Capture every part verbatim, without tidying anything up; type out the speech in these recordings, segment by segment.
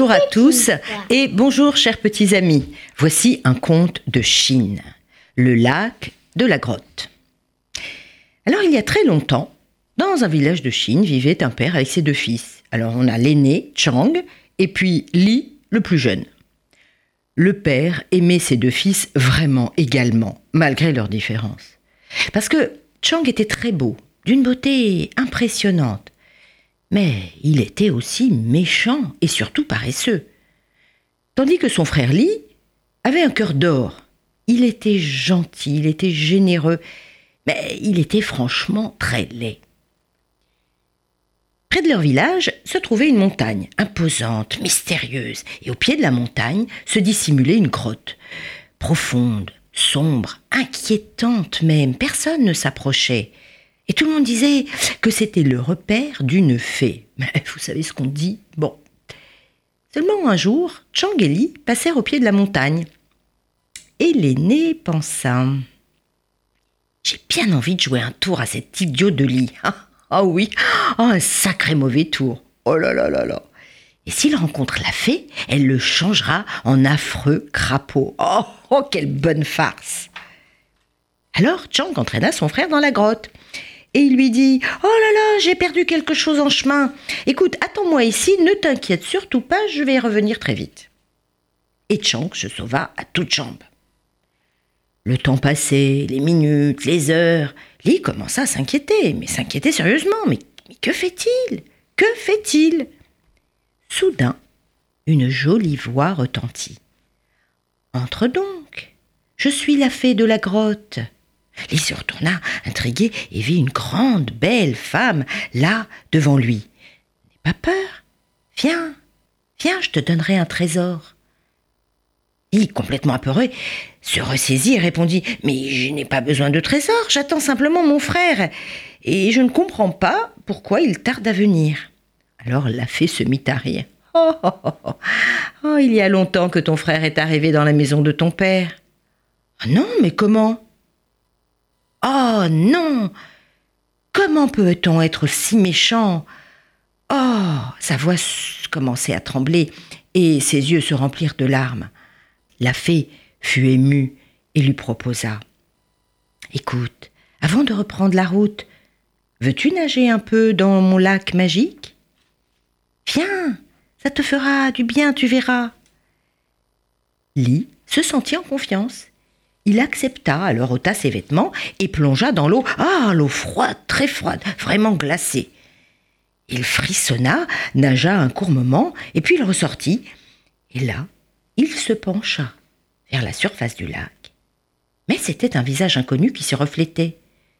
bonjour à tous et bonjour chers petits amis. Voici un conte de Chine, le lac de la grotte. Alors il y a très longtemps, dans un village de Chine, vivait un père avec ses deux fils. Alors on a l'aîné, Chang, et puis Li, le plus jeune. Le père aimait ses deux fils vraiment également, malgré leurs différences. Parce que Chang était très beau, d'une beauté impressionnante. Mais il était aussi méchant et surtout paresseux. Tandis que son frère Li avait un cœur d'or. Il était gentil, il était généreux, mais il était franchement très laid. Près de leur village se trouvait une montagne, imposante, mystérieuse, et au pied de la montagne se dissimulait une grotte, profonde, sombre, inquiétante même. Personne ne s'approchait. Et tout le monde disait que c'était le repère d'une fée. Mais vous savez ce qu'on dit ? Bon. Seulement un jour, Chang et Li passèrent au pied de la montagne. Et l'aîné pensa « J'ai bien envie de jouer un tour à cet idiot de Li. Ah, ah oui, oh, un sacré mauvais tour. Oh là là là là. Et s'il rencontre la fée, elle le changera en affreux crapaud. Oh, oh quelle bonne farce !» Alors Chang entraîna son frère dans la grotte. Et il lui dit « Oh là là, j'ai perdu quelque chose en chemin. Écoute, attends-moi ici, ne t'inquiète surtout pas, je vais revenir très vite. » Et Chang se sauva à toutes jambes. Le temps passait, les minutes, les heures. Li commença à s'inquiéter, mais s'inquiéter sérieusement. Mais, mais que fait-il ? Que fait-il ? Soudain, une jolie voix retentit. « Entre donc, je suis la fée de la grotte. » Li se retourna, intrigué, et vit une grande, belle femme, là, devant lui. « N'aie pas peur, viens, viens, je te donnerai un trésor. » Li, complètement apeuré, se ressaisit et répondit « Mais je n'ai pas besoin de trésor, j'attends simplement mon frère, et je ne comprends pas pourquoi il tarde à venir. » Alors la fée se mit à rire. Oh, oh, oh, oh. Oh, il y a longtemps que ton frère est arrivé dans la maison de ton père. »« Ah non, mais comment ?»« Oh non ! Comment peut-on être si méchant ?»« Oh !» Sa voix commençait à trembler et ses yeux se remplirent de larmes. La fée fut émue et lui proposa « Écoute, avant de reprendre la route, veux-tu nager un peu dans mon lac magique ? Viens, ça te fera du bien, tu verras. » Li se sentit en confiance. Il accepta, alors ôta ses vêtements et plongea dans l'eau. Ah, l'eau froide, très froide, vraiment glacée. Il frissonna, nagea un court moment, et puis il ressortit. Et là, il se pencha vers la surface du lac. Mais c'était un visage inconnu qui se reflétait.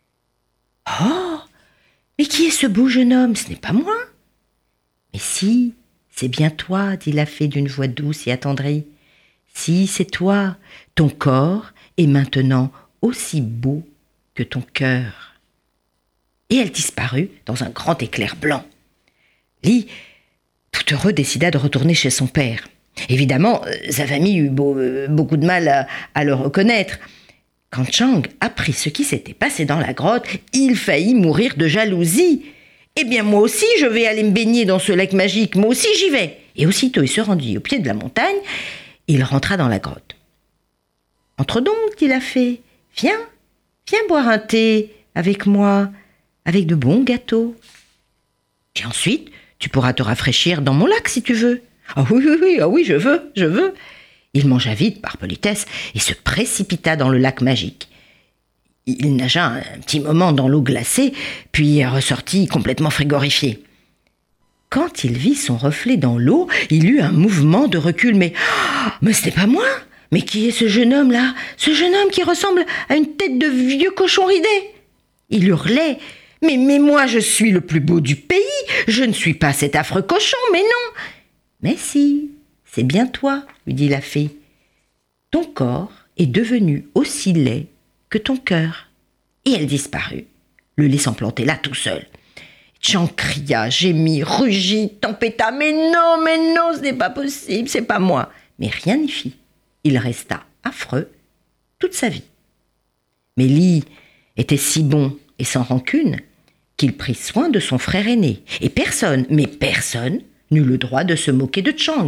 « Oh, mais qui est ce beau jeune homme ? Ce n'est pas moi. »« Mais si, c'est bien toi, dit la fée d'une voix douce et attendrie. Si, c'est toi, ton corps est maintenant aussi beau que ton cœur. » Et elle disparut dans un grand éclair blanc. Li, tout heureux, décida de retourner chez son père. Évidemment, sa famille eut beau, euh, beaucoup de mal à, à le reconnaître. Quand Chang apprit ce qui s'était passé dans la grotte, il faillit mourir de jalousie. « Eh bien, moi aussi, je vais aller me baigner dans ce lac magique. Moi aussi, j'y vais. » Et aussitôt, il se rendit au pied de la montagne. Il rentra dans la grotte. « Entre donc, dit la fée. Viens, viens boire un thé avec moi, avec de bons gâteaux. Et ensuite, tu pourras te rafraîchir dans mon lac si tu veux. »« Ah oui, oui, oui, ah oui, je veux, je veux. » Il mangea vite par politesse et se précipita dans le lac magique. Il nagea un petit moment dans l'eau glacée, puis ressortit complètement frigorifié. Quand il vit son reflet dans l'eau, il eut un mouvement de recul. Mais, oh, mais ce n'est pas moi. Mais qui est ce jeune homme-là ? Ce jeune homme qui ressemble à une tête de vieux cochon ridé. Il hurlait. Mais, mais moi, je suis le plus beau du pays. Je ne suis pas cet affreux cochon, mais non. Mais si, c'est bien toi, lui dit la fée. Ton corps est devenu aussi laid que ton cœur. Et elle disparut, le laissant planter là tout seul. Chang cria, gémit, rugit, tempêta. Mais non, mais non, ce n'est pas possible, c'est pas moi. Mais rien n'y fit. Il resta affreux toute sa vie. Mais Li était si bon et sans rancune qu'il prit soin de son frère aîné. Et personne, mais personne, n'eut le droit de se moquer de Chang,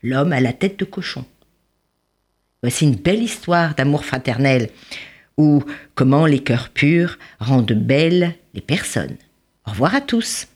l'homme à la tête de cochon. Voici une belle histoire d'amour fraternel, ou comment les cœurs purs rendent belles les personnes. Au revoir à tous.